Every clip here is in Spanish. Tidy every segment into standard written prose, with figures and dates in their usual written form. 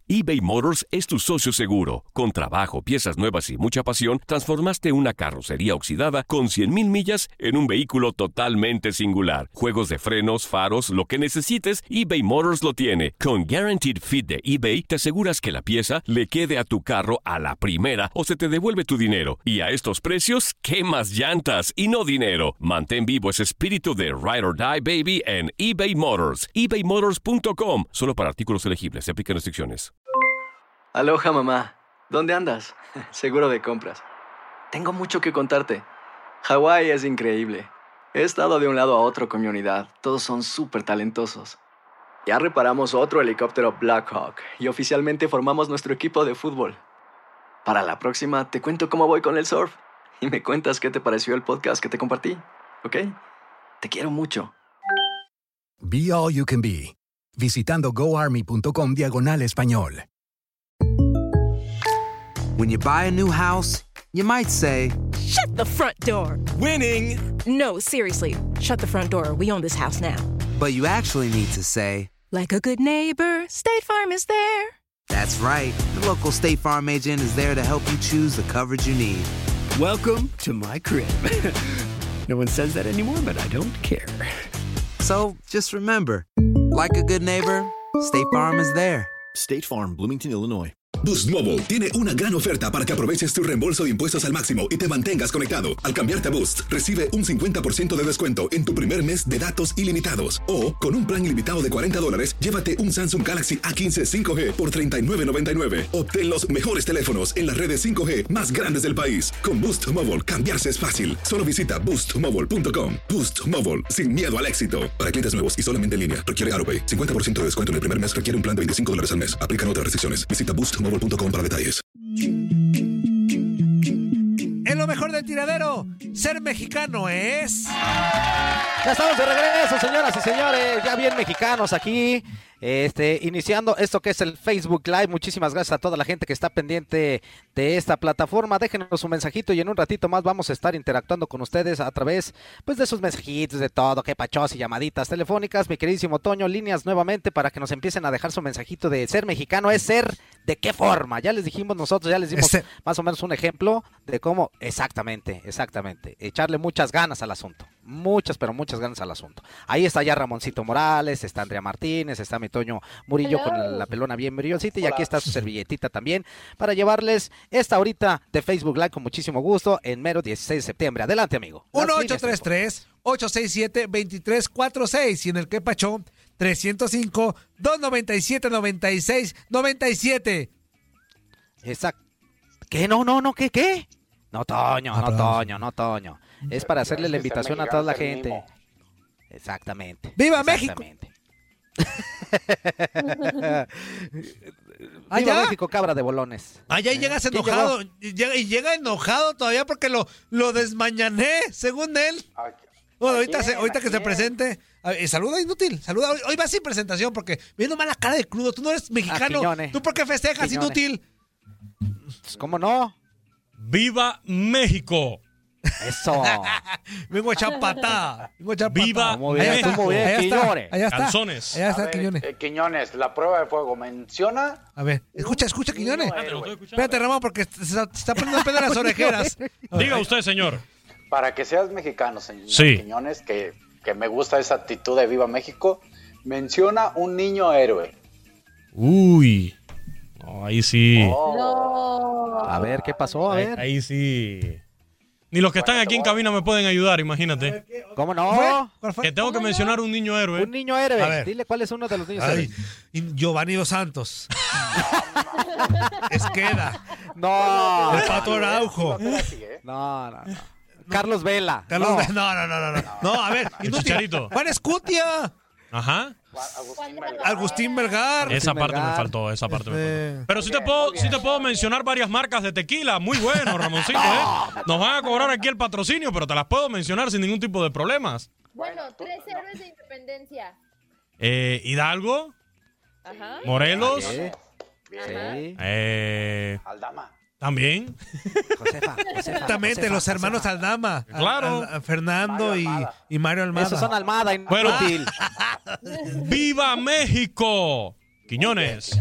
eBay Motors es tu socio seguro. Con trabajo, piezas nuevas y mucha pasión, transformaste una carrocería oxidada con 100,000 millas en un vehículo totalmente singular. Juegos de frenos, faros, lo que necesites, eBay Motors lo tiene. Con Guaranteed Fit de eBay, te aseguras que la pieza le quede a tu carro a la primera o se te devuelve tu dinero. Y a estos precios, ¿qué más llantas y no dinero? Mantén vivo ese espíritu de Ride or Die, baby, en eBay Motors. ebaymotors.com. Solo para artículos elegibles. Se aplican restricciones. Aloha, mamá. ¿Dónde andas? Seguro de compras. Tengo mucho que contarte. Hawái es increíble. He estado de un lado a otro con mi unidad. Todos son súper talentosos. Ya reparamos otro helicóptero Blackhawk y oficialmente formamos nuestro equipo de fútbol. Para la próxima te cuento cómo voy con el surf y me cuentas qué te pareció el podcast que te compartí, ¿ok? Te quiero mucho. Be All You Can Be, visitando goarmy.com/español. When you buy a new house, you might say, "Shut the front door!" Winning! No, seriously, shut the front door. We own this house now. but you actually need to say, like a good neighbor, State Farm is there. That's right. The local State Farm agent is there to help you choose the coverage you need. Welcome to my crib. No one says that anymore, but I don't care. So just remember, like a good neighbor, State Farm is there. State Farm, Bloomington, Illinois. Boost Mobile tiene una gran oferta para que aproveches tu reembolso de impuestos al máximo y te mantengas conectado. Al cambiarte a Boost, recibe un 50% de descuento en tu primer mes de datos ilimitados. O, con un plan ilimitado de $40, llévate un Samsung Galaxy A15 5G por $39.99. Obtén los mejores teléfonos en las redes 5G más grandes del país. Con Boost Mobile, cambiarse es fácil. Solo visita boostmobile.com. Boost Mobile, sin miedo al éxito. Para clientes nuevos y solamente en línea, requiere AutoPay. 50% de descuento en el primer mes requiere un plan de $25 al mes. Aplican otras restricciones. Visita boostmobile.com para detalles. Es lo mejor del tiradero. Ser mexicano es... Ya estamos de regreso, señoras y señores. Ya bien mexicanos aquí. Iniciando esto que es el Facebook Live. Muchísimas gracias a toda la gente que está pendiente de esta plataforma. Déjenos un mensajito y en un ratito más vamos a estar interactuando con ustedes a través pues de sus mensajitos, de todo, que pachos y llamaditas telefónicas. Mi queridísimo Toño, líneas nuevamente para que nos empiecen a dejar su mensajito de ser mexicano. ¿Es ser de qué forma? Ya les dijimos nosotros, ya les dimos más o menos un ejemplo de cómo exactamente, echarle muchas ganas al asunto. Muchas, pero muchas ganas al asunto. Ahí está ya Ramoncito Morales, está Andrea Martínez, está mi Toño Murillo con la pelona bien brillosita y aquí está su servilletita también para llevarles esta horita de Facebook Live con muchísimo gusto en mero 16 de septiembre. Adelante, amigo. 1-833-867-2346 y en el que pachó 305-297-9697. Exacto. ¿Qué? No, ¿qué? No, Toño. Es para hacerle la invitación a toda la gente. Exactamente. ¡Viva México! ¡Viva México, cabra de bolones! Allá llegas enojado. Llega enojado todavía porque lo desmañané, según él. Ahorita que se presente. Saluda, inútil. Saluda. Hoy va sin presentación porque viendo mala cara de crudo. Tú no eres mexicano. ¿Tú por qué festejas, inútil? ¿Cómo no? ¡Viva México! Eso. Vengo a echar patada. ¡Viva México! Allá está. Calzones. Allá está Quiñones. Quiñones, la prueba de fuego menciona. A ver, escucha, Quiñones. Espérate, Ramón, porque se está poniendo el pedo en las orejeras. Diga usted, señor. Para que seas mexicano, señor sí. Quiñones, que me gusta esa actitud de Viva México, menciona un niño héroe. Uy. No, ahí sí. No. A ver, ¿qué pasó? A ver. Ahí sí. Ni los que están aquí en cabina me pueden ayudar, imagínate. ¿Cómo no? ¿Cuál fue? Que tengo que mencionar un niño héroe. Un niño héroe. A ver. Dile cuál es uno de los niños héroes. Giovanni Dos Santos. Esqueda. No. El Pato Araujo. No. Carlos Vela. No, a ver. El Chicharito. Juan Escutia. Ajá. Agustín Melgar. Esa parte me faltó. Pero sí te puedo mencionar varias marcas de tequila. Muy bueno, Ramoncito, Nos van a cobrar aquí el patrocinio, pero te las puedo mencionar sin ningún tipo de problemas. Bueno, 3 héroes de independencia. Hidalgo. Ajá. Morelos. Sí. Aldama. También. Josefa, exactamente, los hermanos Aldama. Claro. Fernando y Mario Almada. Esos son Almada. Bueno, ¡Viva México! Quiñones.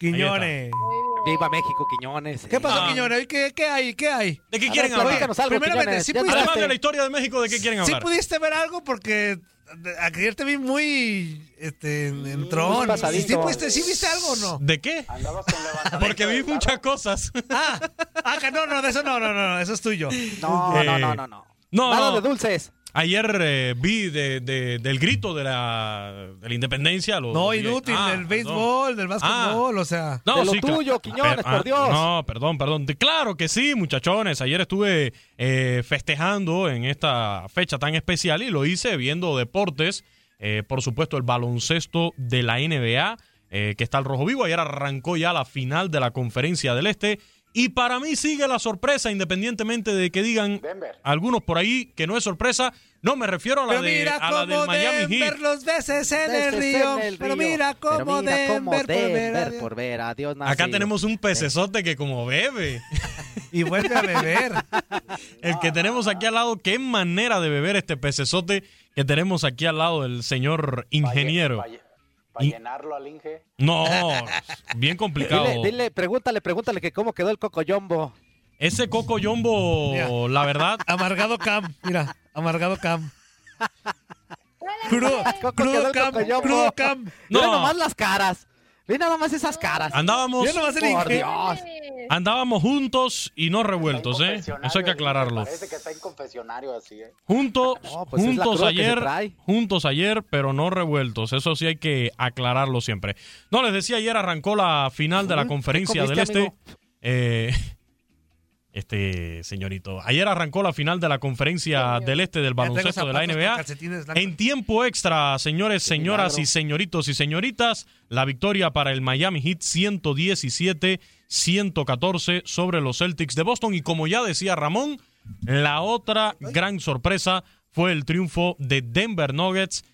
Quiñones. Viva México, Quiñones. ¿Qué pasó, Quiñones? ¿Qué hay? ¿De qué quieren hablar? Primeramente, ¿sí además de la historia de México, ¿de qué quieren hablar? ¿Sí pudiste ver algo? Porque ayer te vi muy entrón. ¿Sí viste algo o no? ¿De qué? Porque vi muchas cosas. No, de eso no, eso es tuyo. No. Nada de dulces. Ayer vi del grito de la independencia. Inútil, del béisbol, del básquetbol, o sea. No, de lo tuyo, Quiñones, por Dios. No, perdón. Claro que sí, muchachones. Ayer estuve festejando en esta fecha tan especial y lo hice viendo deportes. Por supuesto, el baloncesto de la NBA, que está al rojo vivo. Ayer arrancó ya la final de la Conferencia del Este. Y para mí sigue la sorpresa, independientemente de que digan Denver. Algunos por ahí que no es sorpresa. No, me refiero a la del Miami Heat. Los veces en el río. Pero mira cómo Denver por ver a Dios nacido. Acá tenemos un pecesote que como bebe. Y vuelve a beber. El que tenemos aquí al lado, qué manera de beber este pecesote que tenemos aquí al lado del señor ingeniero. ¿Para llenarlo al Inge? No, bien complicado. Pregúntale que cómo quedó el Coco Jumbo. Ese Coco Jumbo, mira, la verdad. Amargado Cam, mira, amargado Cam. Crudo Cam. No. Mira nomás las caras. Ve nada más esas caras. Andábamos juntos y no revueltos, Eso hay que aclararlo. Parece que está en confesionario así, Juntos ayer, pero no revueltos. Eso sí hay que aclararlo siempre. No, les decía, ayer arrancó la final de la Conferencia del Este. Señorito. Ayer arrancó la final de la Conferencia del Este del baloncesto de la NBA. En tiempo extra, señores, señoras y señoritos y señoritas, la victoria para el Miami Heat 117-114 sobre los Celtics de Boston. Y como ya decía Ramón, la otra gran sorpresa fue el triunfo de Denver Nuggets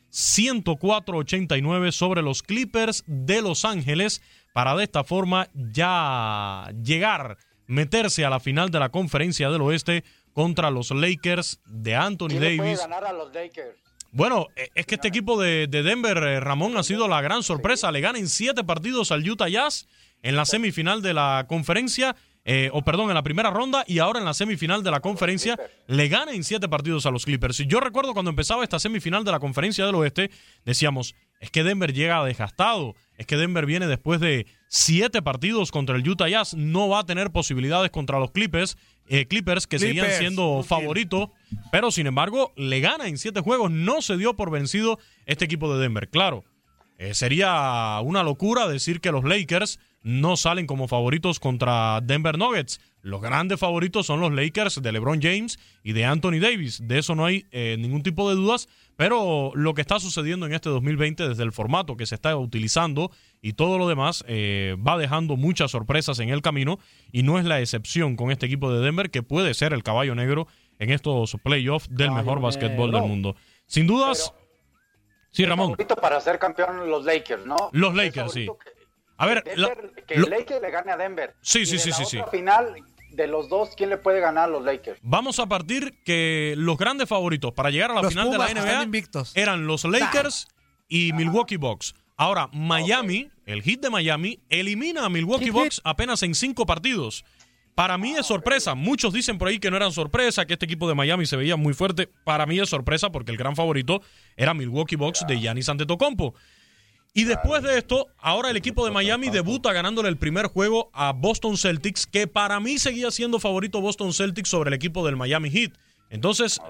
104-89 sobre los Clippers de Los Ángeles, para de esta forma ya meterse a la final de la Conferencia del Oeste contra los Lakers de Anthony Davis. ¿Quién le puede ganar a los Lakers? Bueno, es que este equipo de Denver, Ramón, ha sido la gran sorpresa. Le gana en 7 partidos al Utah Jazz en la semifinal de la conferencia, en la primera ronda, y ahora en la semifinal de la conferencia le gana en 7 partidos a los Clippers. Y yo recuerdo cuando empezaba esta semifinal de la Conferencia del Oeste, decíamos, es que Denver llega desgastado, es que Denver viene después de 7 partidos contra el Utah Jazz, no va a tener posibilidades contra los Clippers que seguían siendo favoritos, pero sin embargo le gana en 7 juegos, no se dio por vencido este equipo de Denver. Claro, sería una locura decir que los Lakers no salen como favoritos contra Denver Nuggets. Los grandes favoritos son los Lakers de LeBron James y de Anthony Davis. De eso no hay ningún tipo de dudas, pero lo que está sucediendo en este 2020 desde el formato que se está utilizando y todo lo demás va dejando muchas sorpresas en el camino, y no es la excepción con este equipo de Denver, que puede ser el caballo negro en estos playoffs del mejor básquetbol del mundo. Sin dudas. Sí, Ramón. Favorito para ser campeón los Lakers, ¿no? Los Lakers, sí. A ver, el Lakers le gane a Denver. Sí. Final de los dos, ¿quién le puede ganar a los Lakers? Vamos a partir que los grandes favoritos para llegar a la final de la NBA eran los Lakers y Milwaukee Bucks. Ahora, Miami, el Heat de Miami, elimina a Milwaukee Bucks apenas en 5 partidos. Para mí es sorpresa. Muchos dicen por ahí que no eran sorpresa, que este equipo de Miami se veía muy fuerte. Para mí es sorpresa porque el gran favorito era Milwaukee Bucks de Giannis Antetokounmpo. Y después de esto, ahora el equipo de Miami debuta ganándole el primer juego a Boston Celtics, que para mí seguía siendo favorito Boston Celtics sobre el equipo del Miami Heat. Entonces,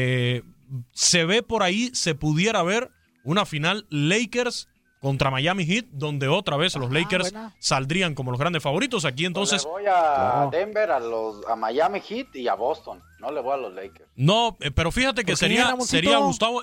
se ve por ahí, se pudiera ver una final Lakers contra Miami Heat, donde otra vez los Lakers saldrían como los grandes favoritos. Aquí entonces... Le voy a Denver, a Miami Heat y a Boston. No le voy a los Lakers. No, pero fíjate que sería Gustavo...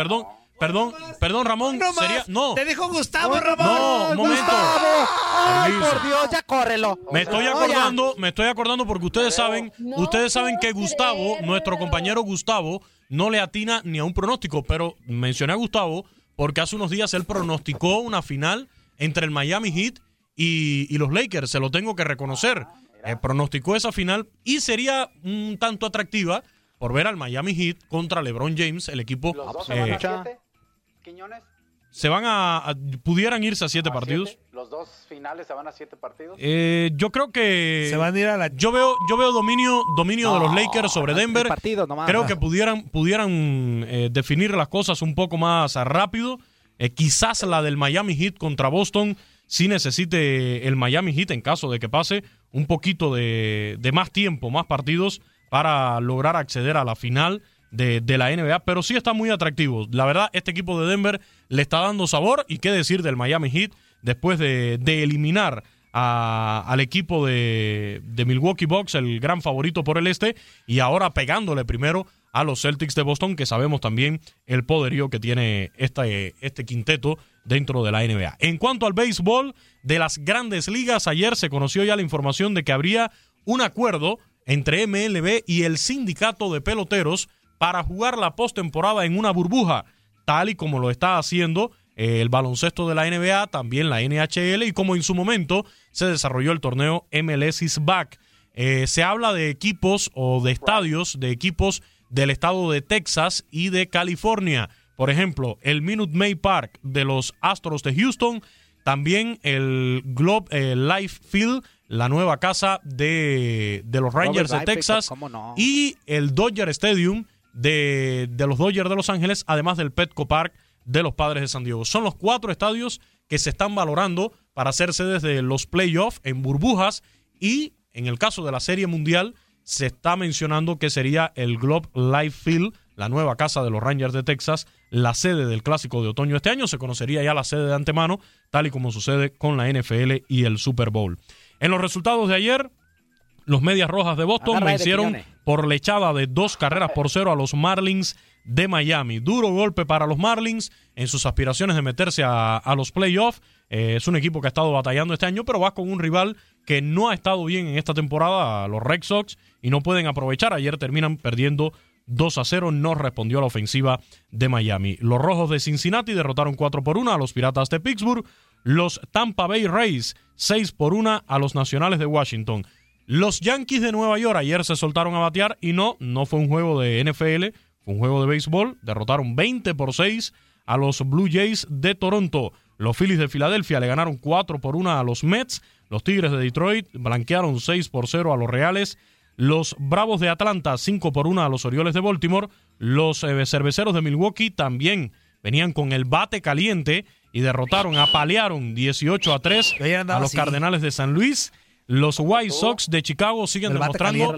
Perdón, Ramón. No. Te dijo Gustavo, Ramón. No, un momento. Gustavo. Ay, por Dios, ya córrelo. Me estoy acordando porque ustedes saben que Gustavo, nuestro compañero Gustavo, no le atina ni a un pronóstico, pero mencioné a Gustavo porque hace unos días él pronosticó una final entre el Miami Heat y los Lakers, se lo tengo que reconocer. Pronosticó esa final y sería un tanto atractiva por ver al Miami Heat contra LeBron James, el equipo... ¿Los dos se van a 7, Quiñones? pudieran irse a 7 partidos. ¿Los dos finales se van a 7 partidos? Yo creo que se van a ir a la... Yo veo dominio de los Lakers sobre Denver. Creo que pudieran definir las cosas un poco más rápido. Quizás la del Miami Heat contra Boston sí necesite el Miami Heat, en caso de que pase, un poquito de más tiempo, más partidos para lograr acceder a la final de la NBA, pero sí está muy atractivo. La verdad, este equipo de Denver le está dando sabor, y qué decir del Miami Heat después de eliminar al equipo de Milwaukee Bucks, el gran favorito por el este, y ahora pegándole primero a los Celtics de Boston, que sabemos también el poderío que tiene este quinteto dentro de la NBA. En cuanto al béisbol de las grandes ligas, ayer se conoció ya la información de que habría un acuerdo entre MLB y el sindicato de peloteros para jugar la postemporada en una burbuja, tal y como lo está haciendo el baloncesto de la NBA, también la NHL, y como en su momento se desarrolló el torneo MLS is Back. Se habla de equipos o de estadios de equipos del estado de Texas y de California. Por ejemplo, el Minute Maid Park de los Astros de Houston, también el Globe Life Field, la nueva casa de los Rangers de Texas, y el Dodger Stadium de los Dodgers de Los Ángeles, además del Petco Park de los Padres de San Diego. Son los 4 estadios que se están valorando para hacer sedes de los playoffs en burbujas, y en el caso de la Serie Mundial se está mencionando que sería el Globe Life Field, la nueva casa de los Rangers de Texas, la sede del Clásico de Otoño. Este año se conocería ya la sede de antemano, tal y como sucede con la NFL y el Super Bowl. En los resultados de ayer, los Medias Rojas de Boston vencieron por lechada de 2-0 a los Marlins de Miami. Duro golpe para los Marlins en sus aspiraciones de meterse a los playoffs. Es un equipo que ha estado batallando este año, pero va con un rival que no ha estado bien en esta temporada, los Red Sox, y no pueden aprovechar. Ayer terminan perdiendo 2-0, no respondió a la ofensiva de Miami. Los Rojos de Cincinnati derrotaron 4-1 a los Piratas de Pittsburgh. Los Tampa Bay Rays 6-1 a los Nacionales de Washington. Los Yankees de Nueva York ayer se soltaron a batear y no fue un juego de NFL, fue un juego de béisbol. Derrotaron 20-6 a los Blue Jays de Toronto. Los Phillies de Filadelfia le ganaron 4-1 a los Mets. Los Tigres de Detroit blanquearon 6-0 a los Reales. Los Bravos de Atlanta 5-1 a los Orioles de Baltimore. Los Cerveceros de Milwaukee también venían con el bate caliente y apalearon 18-3 a los Cardenales de San Luis. Los White Sox de Chicago siguen demostrando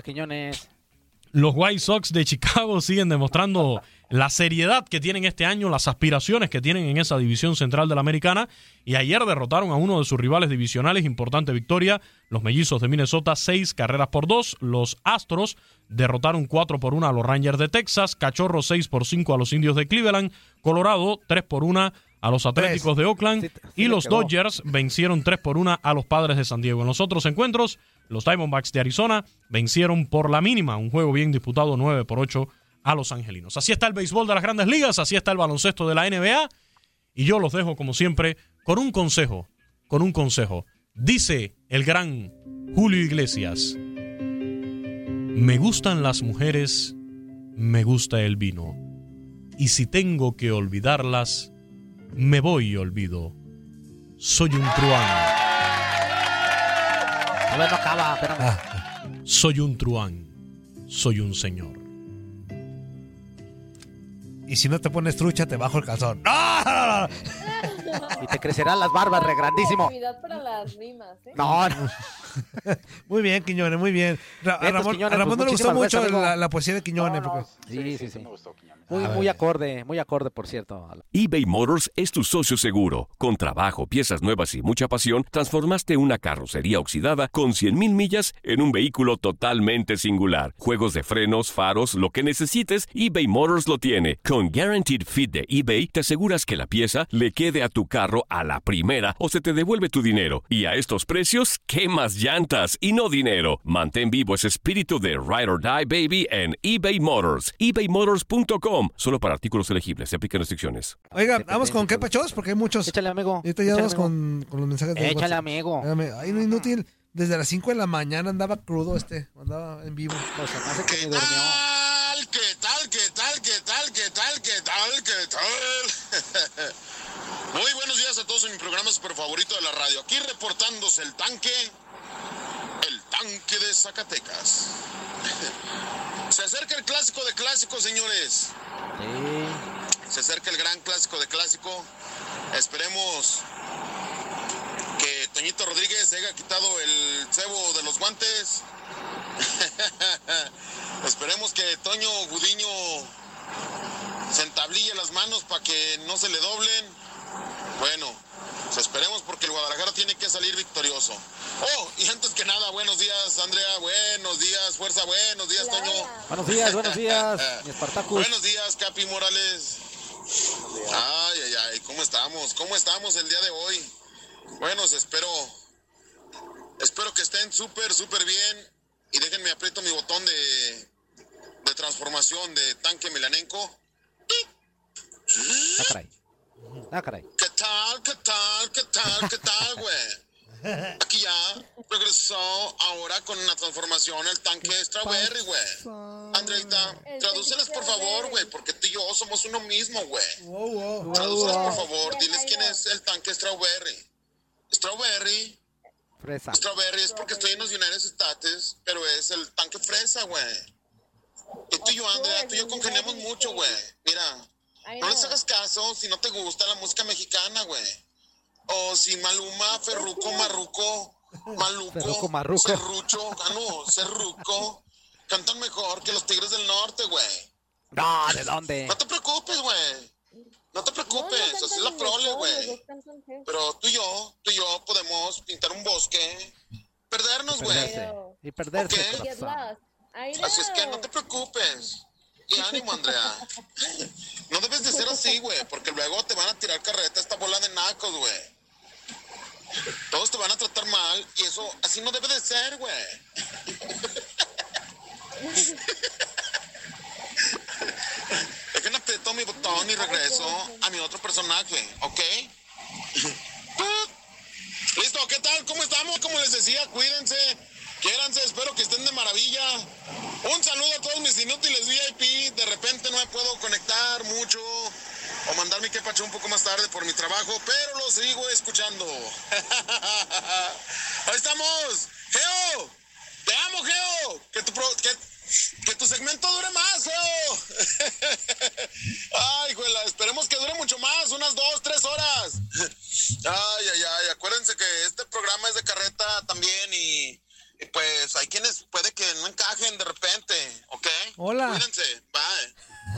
Los White Sox de Chicago siguen demostrando la seriedad que tienen este año, las aspiraciones que tienen en esa división central de la Americana, y ayer derrotaron a uno de sus rivales divisionales, importante victoria, los Mellizos de Minnesota 6-2, los Astros derrotaron 4-1 a los Rangers de Texas, Cachorros 6-5 a los Indios de Cleveland, Colorado 3-1 a los Atléticos de Oakland, y los Dodgers vencieron 3-1 a los Padres de San Diego. En los otros encuentros, los Diamondbacks de Arizona vencieron por la mínima, un juego bien disputado, 9-8 a los Angelinos. Así está el béisbol de las Grandes Ligas, así está el baloncesto de la NBA, y yo los dejo como siempre con un consejo. Dice el gran Julio Iglesias: me gustan las mujeres, me gusta el vino, y si tengo que olvidarlas, me voy y olvido. Soy un truán. A ver, no acaba, espérame. Soy un truán. Soy un señor. Y si no te pones trucha, te bajo el calzón. ¡No! Y te crecerán las barbas, re grandísimo. Para las rimas, ¿eh? No. Muy bien, Quiñones, muy bien. A Ramón no le gustó mucho la poesía de Quiñones. Sí. Me gustó Quiñones. Muy acorde, por cierto. eBay Motors es tu socio seguro. Con trabajo, piezas nuevas y mucha pasión, transformaste una carrocería oxidada con 100,000 millas en un vehículo totalmente singular. Juegos de frenos, faros, lo que necesites, eBay Motors lo tiene. Con Guaranteed Fit de eBay, te aseguras que la pieza le quede a tu carro a la primera o se te devuelve tu dinero. Y a estos precios, ¿qué más llantas y no dinero? Mantén vivo ese espíritu de Ride or Die, baby, en eBay Motors. ebaymotors.com. Solo para artículos elegibles. Se aplican restricciones. Oiga, vamos con qué pachos, porque hay muchos. Échale, amigo. Ahorita ya vamos con los mensajes de Échale, amigo. Ay, no, inútil. Desde las 5 de la mañana andaba crudo andaba en vivo. Pues se me hace que me durmió. ¿Qué tal? tal? Muy buenos días a todos en mi programa super favorito de la radio. Aquí reportándose el tanque de Zacatecas. Se acerca el clásico de clásicos, señores. Sí. Se acerca el gran clásico de clásico. Esperemos que Toñito Rodríguez haya quitado el cebo de los guantes. Esperemos que Toño Gudiño se entablille las manos para que no se le doblen. Bueno, pues esperemos porque el Guadalajara tiene que salir victorioso. Oh, y antes que nada, buenos días, Andrea, buenos días, Fuerza, buenos días, Toño. Buenos días, mi Espartacus. Buenos días, Capi Morales. Ay, ¿cómo estamos el día de hoy? Bueno, espero que estén súper bien y déjenme aprieto mi botón de transformación de tanque milanenco. Ah, caray. ¿Qué tal, güey? Aquí ya regresó ahora con una transformación el tanque Strawberry, güey. Andreita, tradúceles por favor, güey, porque tú y yo somos uno mismo, güey. Tradúceles por favor, diles quién es el tanque Strawberry. Strawberry. Fresa. Strawberry es porque estoy en los United States, pero es el tanque fresa, güey. Y tú y yo, Andrea, tú y yo congeniamos mucho, güey. Mira, no les hagas caso si no te gusta la música mexicana, güey. O si Maluma, Ferruco, Marruco, Maluco, Cerrucho, cantan mejor que los Tigres del Norte, güey. No, ¿de dónde? No te preocupes, güey. No te preocupes, así es la prole, güey. Pero tú y yo podemos pintar un bosque, perdernos, güey. Y perderse. ¿Okay? Así es que no te preocupes. Y ánimo, Andrea. No debes de ser así, güey, porque luego te van a tirar carreta esta bola de nacos, güey. Todos te van a tratar mal y eso así no debe de ser, güey. Déjenme aprieto mi botón y regreso a mi otro personaje, ¿ok? Listo, ¿qué tal? ¿Cómo estamos? Como les decía, cuídense, quiéranse, espero que estén de maravilla. Un saludo a todos mis inútiles VIP. De repente no me puedo conectar mucho o mandar mi quepacho un poco más tarde por mi trabajo, pero lo sigo escuchando. Ahí estamos. Geo, te amo, Geo. Que tu segmento dure más, Geo. Ay, juela, esperemos que dure mucho más, unas 2-3 horas. Ay, acuérdense que este programa es de carreta también y pues hay quienes puede que no encajen de repente, ¿ok? Hola. Cuídense, bye.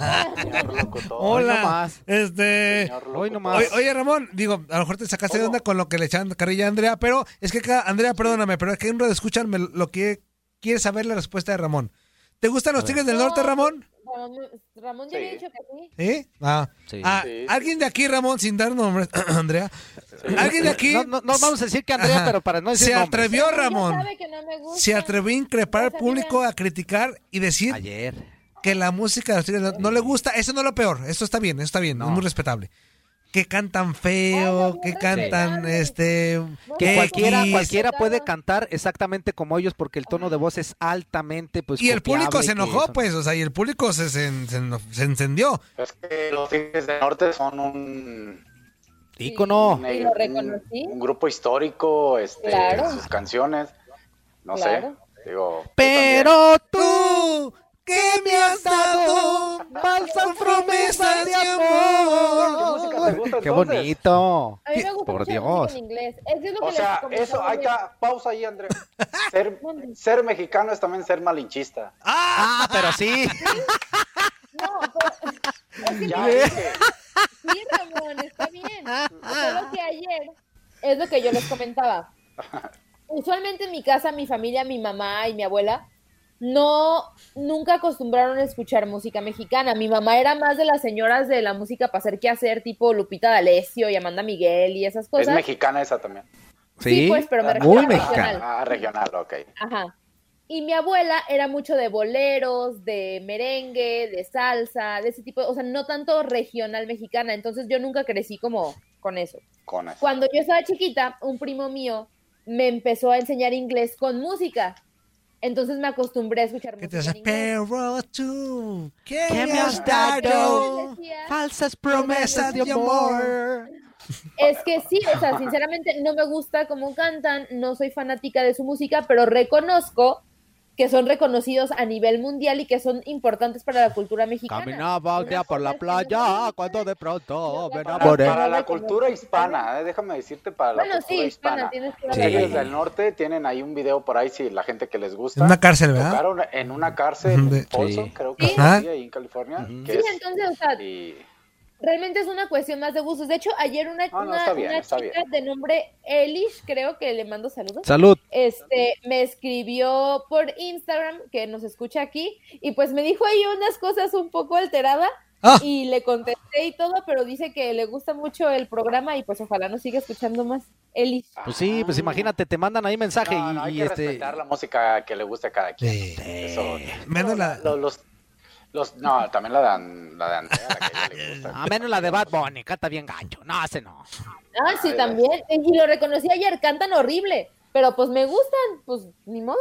Hola. Hoy nomás. Oye, Ramón, digo, a lo mejor te sacaste de onda con lo que le echaban carrilla a Andrea, pero es que Andrea, perdóname, pero es que en radio escuchan lo que quiere saber la respuesta de Ramón. ¿Te gustan los Tigres del Norte, Ramón? Ramón ya había dicho que sí. ¿Sí? Sí. Alguien de aquí, Ramón, sin dar nombres, Andrea. Alguien de aquí. No vamos a decir que Andrea, pero para no decir se nombres. atrevió, Ramón. Sabe que no me gusta. Se atrevió a increpar al público, a criticar y decir que la música de los Tigres no le gusta. Eso no es lo peor. Eso está bien, es muy respetable. Que cantan feo, que cantan que cualquiera puede cantar exactamente como ellos porque el tono de voz es altamente pues y el público se enojó pues, o sea, y el público se encendió. Es que los Tigres del Norte son un ícono, lo reconocí. Un grupo histórico, claro. Sus canciones, no sé, digo. Pero tú ¿qué me has dado? Falsas promesas de amor. Qué bonito. A mí me gusta por mucho Dios. en inglés. Es lo que o sea, eso hay que pausa ahí, Andrea. Ser mexicano es también ser malinchista. Pero sí. No, pero es que ya sí, Ramón, está bien. Solo que ayer es lo que yo les comentaba. Usualmente en mi casa, mi familia, mi mamá y mi abuela nunca acostumbraron a escuchar música mexicana. Mi mamá era más de las señoras de la música para hacer qué hacer, tipo Lupita D'Alessio y Amanda Miguel y esas cosas. Es mexicana esa también. Sí, pues, pero me refiero a mexicana. Regional, ok. Ajá. Y mi abuela era mucho de boleros, de merengue, de salsa, de ese tipo, o sea, no tanto regional mexicana. Entonces yo nunca crecí como con eso. Cuando yo estaba chiquita, un primo mío me empezó a enseñar inglés con música. Entonces me acostumbré a escuchar ¿Qué te música hace? en inglés. Pero tú, ¿qué ¿Qué me has dado? Falsas promesas de amor. Es que sí, o sea, sinceramente no me gusta cómo cantan, no soy fanática de su música, pero reconozco que son reconocidos a nivel mundial y que son importantes para la cultura mexicana. Caminaba un día por la playa cuando de pronto me Para enamoré. la cultura hispana, déjame decirte, para la Bueno, cultura sí, hispana. tienes que Los Tigres del Norte tienen ahí un video por ahí, si la gente que les gusta. En una cárcel, ¿verdad? Tocaron en una cárcel en Folsom, creo que Sí. ahí en California. que Sí, es- entonces, o sea, y- realmente es una cuestión más de gustos. De hecho, ayer una está bien, está chica de nombre Elish, creo que le mando saludos. Salud. Me escribió por Instagram, que nos escucha aquí, y pues me dijo ahí unas cosas un poco alteradas, y le contesté y todo, pero dice que le gusta mucho el programa y pues ojalá nos siga escuchando más. Elish. Pues sí, pues imagínate, te mandan ahí mensaje No, hay y que respetar la música que le guste a cada quien. Eso, menos la... no, también la de Andrea, la que a ella le gusta. A menos la de Bad Bunny, canta bien gancho. No, ese no. Ah, sí, también. Y lo reconocí ayer, cantan horrible, pero pues me gustan, pues ni modo.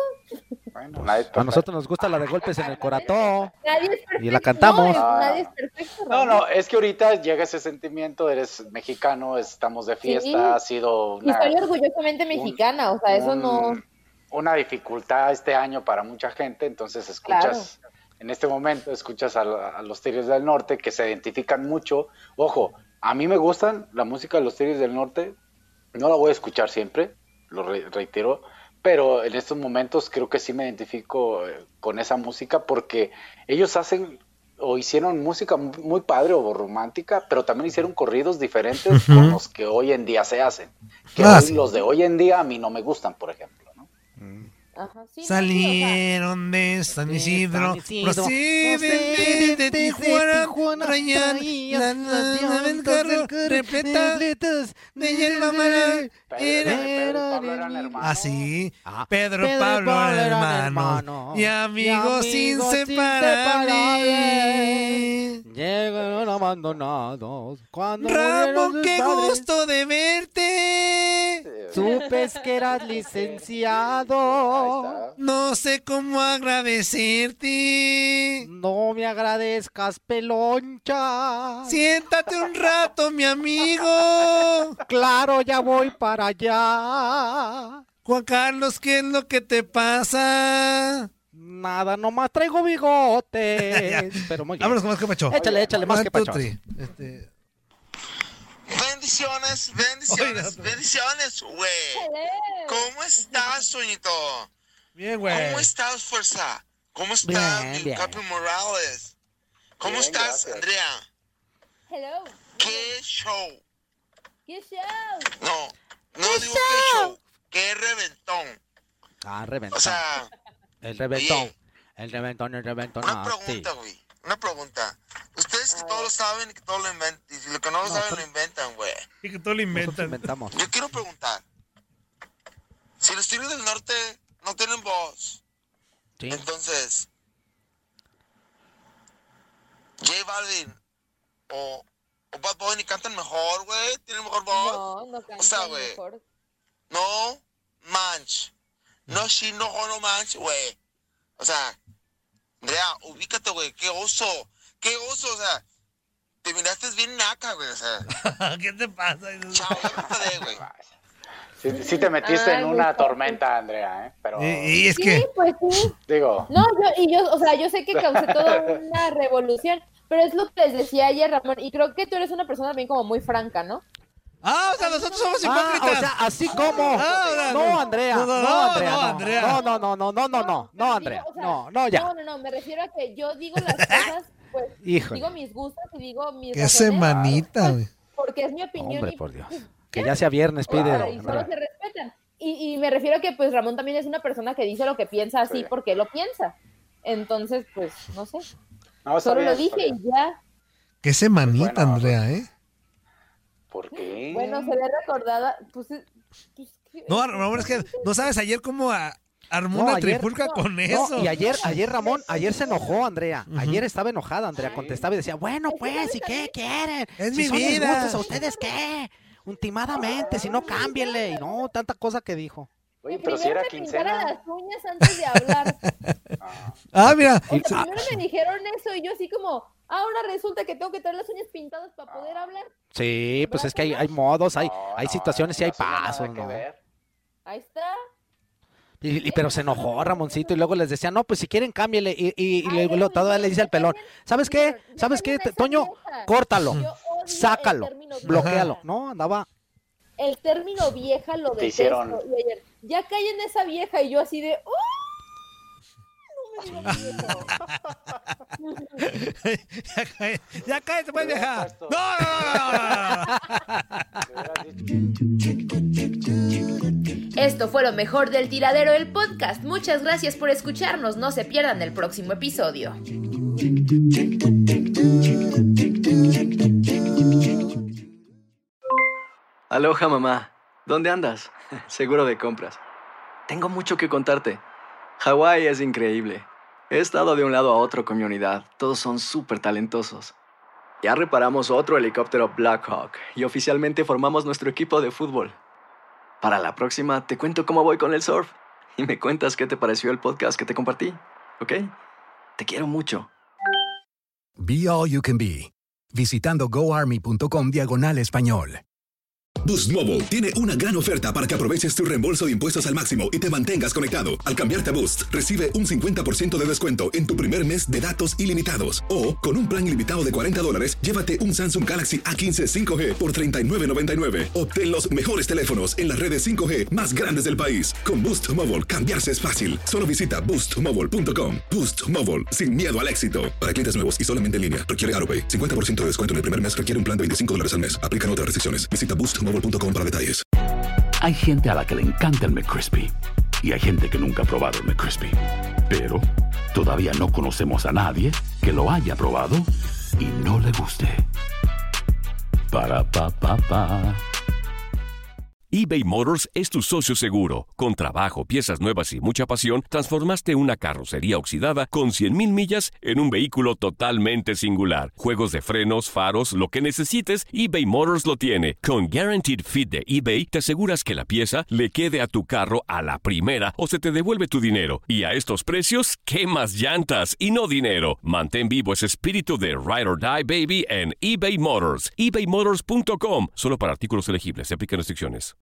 A nosotros nos gusta la de golpes en el corazón. Nadie es perfecto. Y la cantamos. Nadie es perfecto. No, es que ahorita llega ese sentimiento, eres mexicano, estamos de fiesta, Sí. ha sido Y soy orgullosamente mexicana, o sea, eso no... una dificultad este año para mucha gente, entonces escuchas, en este momento escuchas a los Tigres del Norte que se identifican mucho. Ojo, a mí me gustan la música de los Tigres del Norte, no la voy a escuchar siempre, lo reitero, pero en estos momentos creo que sí me identifico con esa música porque ellos hacen o hicieron música muy padre o romántica, pero también hicieron corridos diferentes con los que hoy en día se hacen. Que hoy, sí. los de hoy en día a mí no me gustan, por ejemplo. Ajá, sí, Salieron de San Isidro, proceden de Tijuana, traían la carro repletas de hierba mala. Así, Pedro Pablo eran hermanos y amigos inseparables. Llegaron abandonados cuando Ramón, murieron qué sus padres. gusto de verte. Supes que eras licenciado. No sé cómo agradecerte. No me agradezcas, peloncha. Siéntate un rato, mi amigo. Claro, ya voy para allá. Juan Carlos, ¿qué es lo que te pasa? Nada, nomás traigo bigotes. Pero muy bien. Vámonos con más que pacho. Échale más que pacho. Bendiciones, güey. ¿Cómo estás, Toñito? Bien, güey. ¿Cómo estás, Fuerza? ¿Cómo estás, mi bien. Capi Morales? ¿Cómo Bien, estás, gracias. Andrea? Hello. ¿Qué show? ¿Qué show? No digo qué show, qué reventón. Reventón. O sea, el reventón. oye, El reventón. una pregunta, güey. Una pregunta. Ustedes que todo lo saben y que todo lo inventan. Y si lo que no lo saben, lo inventan, güey. Y que todo lo inventan. Yo quiero preguntar. Si los Tigres del Norte no tienen voz, Sí. entonces, J Balvin o Bad Bunny cantan mejor, güey. Tienen mejor voz. No cantan O sea, güey. mejor. No manch. No manch, güey. O sea, Andrea, ubícate, güey. Qué oso. O sea, te miraste bien naca, güey. O sea, ¿Qué te pasa? chao, ya me enfadé, güey. Sí te metiste Ay, en una güey. tormenta, Andrea, Pero, Y es Sí, que... pues sí. digo, No, o sea, yo sé que causé toda una revolución, pero es lo que les decía ayer, Ramón, y creo que tú eres una persona también como muy franca, ¿no? O sea, nosotros somos O hipócritas. sea, así como. No, Andrea. No, Andrea. No, Andrea. No, ya. No, me refiero a que yo digo las cosas, pues, Híjole. digo mis gustos y digo mis Qué razones, semanita, güey. porque es mi opinión. Hombre, y, por Dios. pues, Que ya sea viernes, pide. y solo se respetan. Y me refiero a que, pues, Ramón también es una persona que dice lo que piensa así Sí. porque lo piensa. Entonces, pues, no sé. no, está Solo bien, lo está dije bien. y ya. Qué semanita, Bueno, Andrea, ¿Por qué? Bueno, se ve recordada. Pues, No, Ramón, es que no sabes ayer cómo armó una trifulca con eso. No, y ayer Ramón, se enojó, Andrea. Ayer estaba enojada, Andrea. Contestaba y decía, bueno, pues, ¿y qué quieren? Es si mi son vida. disgustos, ¿a ustedes qué? Ultimadamente, si no, cámbienle. Y no, tanta cosa que dijo. Oye, pero si era quincena. Las uñas antes de hablar. Mira. Primero me dijeron eso y yo así como, ahora resulta que tengo que traer las uñas pintadas para poder hablar. Sí, pues es que hay modos, hay situaciones y hay pasos, ¿no? Ahí está. Pero se enojó Ramoncito y luego les decía, no, pues si quieren cámbiale. Y luego todavía le dice al pelón, ¿sabes qué? Toño? Córtalo, sácalo, bloquéalo. No, andaba... El término vieja lo detesto. Hicieron... Y ayer, ya callen esa vieja y yo así de... No me digas ya cállate, pues, vieja. No. Esto fue lo mejor del Tiradero del Podcast. Muchas gracias por escucharnos. No se pierdan el próximo episodio. Aloha, mamá. ¿Dónde andas? Seguro de compras. Tengo mucho que contarte. Hawái es increíble. He estado de un lado a otro con mi unidad. Todos son súper talentosos. Ya reparamos otro helicóptero Blackhawk y oficialmente formamos nuestro equipo de fútbol. Para la próxima te cuento cómo voy con el surf y me cuentas qué te pareció el podcast que te compartí, ¿ok? Te quiero mucho. Be All You Can Be, visitando goarmy.com/español. Boost Mobile tiene una gran oferta para que aproveches tu reembolso de impuestos al máximo y te mantengas conectado. Al cambiarte a Boost, recibe un 50% de descuento en tu primer mes de datos ilimitados. O, con un plan ilimitado de $40, llévate un Samsung Galaxy A15 5G por $39.99. Obtén los mejores teléfonos en las redes 5G más grandes del país. Con Boost Mobile, cambiarse es fácil. Solo visita boostmobile.com. Boost Mobile, sin miedo al éxito. Para clientes nuevos y solamente en línea. Requiere AutoPay. 50% de descuento en el primer mes. Requiere un plan de $25 al mes. Aplican otras restricciones. Visita boostmobile.com para detalles. Hay gente a la que le encanta el McCrispy y hay gente que nunca ha probado el McCrispy. Pero todavía no conocemos a nadie que lo haya probado y no le guste. Para pa pa pa. eBay Motors es tu socio seguro. Con trabajo, piezas nuevas y mucha pasión, transformaste una carrocería oxidada con 100,000 millas en un vehículo totalmente singular. Juegos de frenos, faros, lo que necesites, eBay Motors lo tiene. Con Guaranteed Fit de eBay, te aseguras que la pieza le quede a tu carro a la primera o se te devuelve tu dinero. Y a estos precios, ¿qué más llantas y no dinero? Mantén vivo ese espíritu de Ride or Die, baby, en eBay Motors. ebaymotors.com. Solo para artículos elegibles. Se aplican restricciones.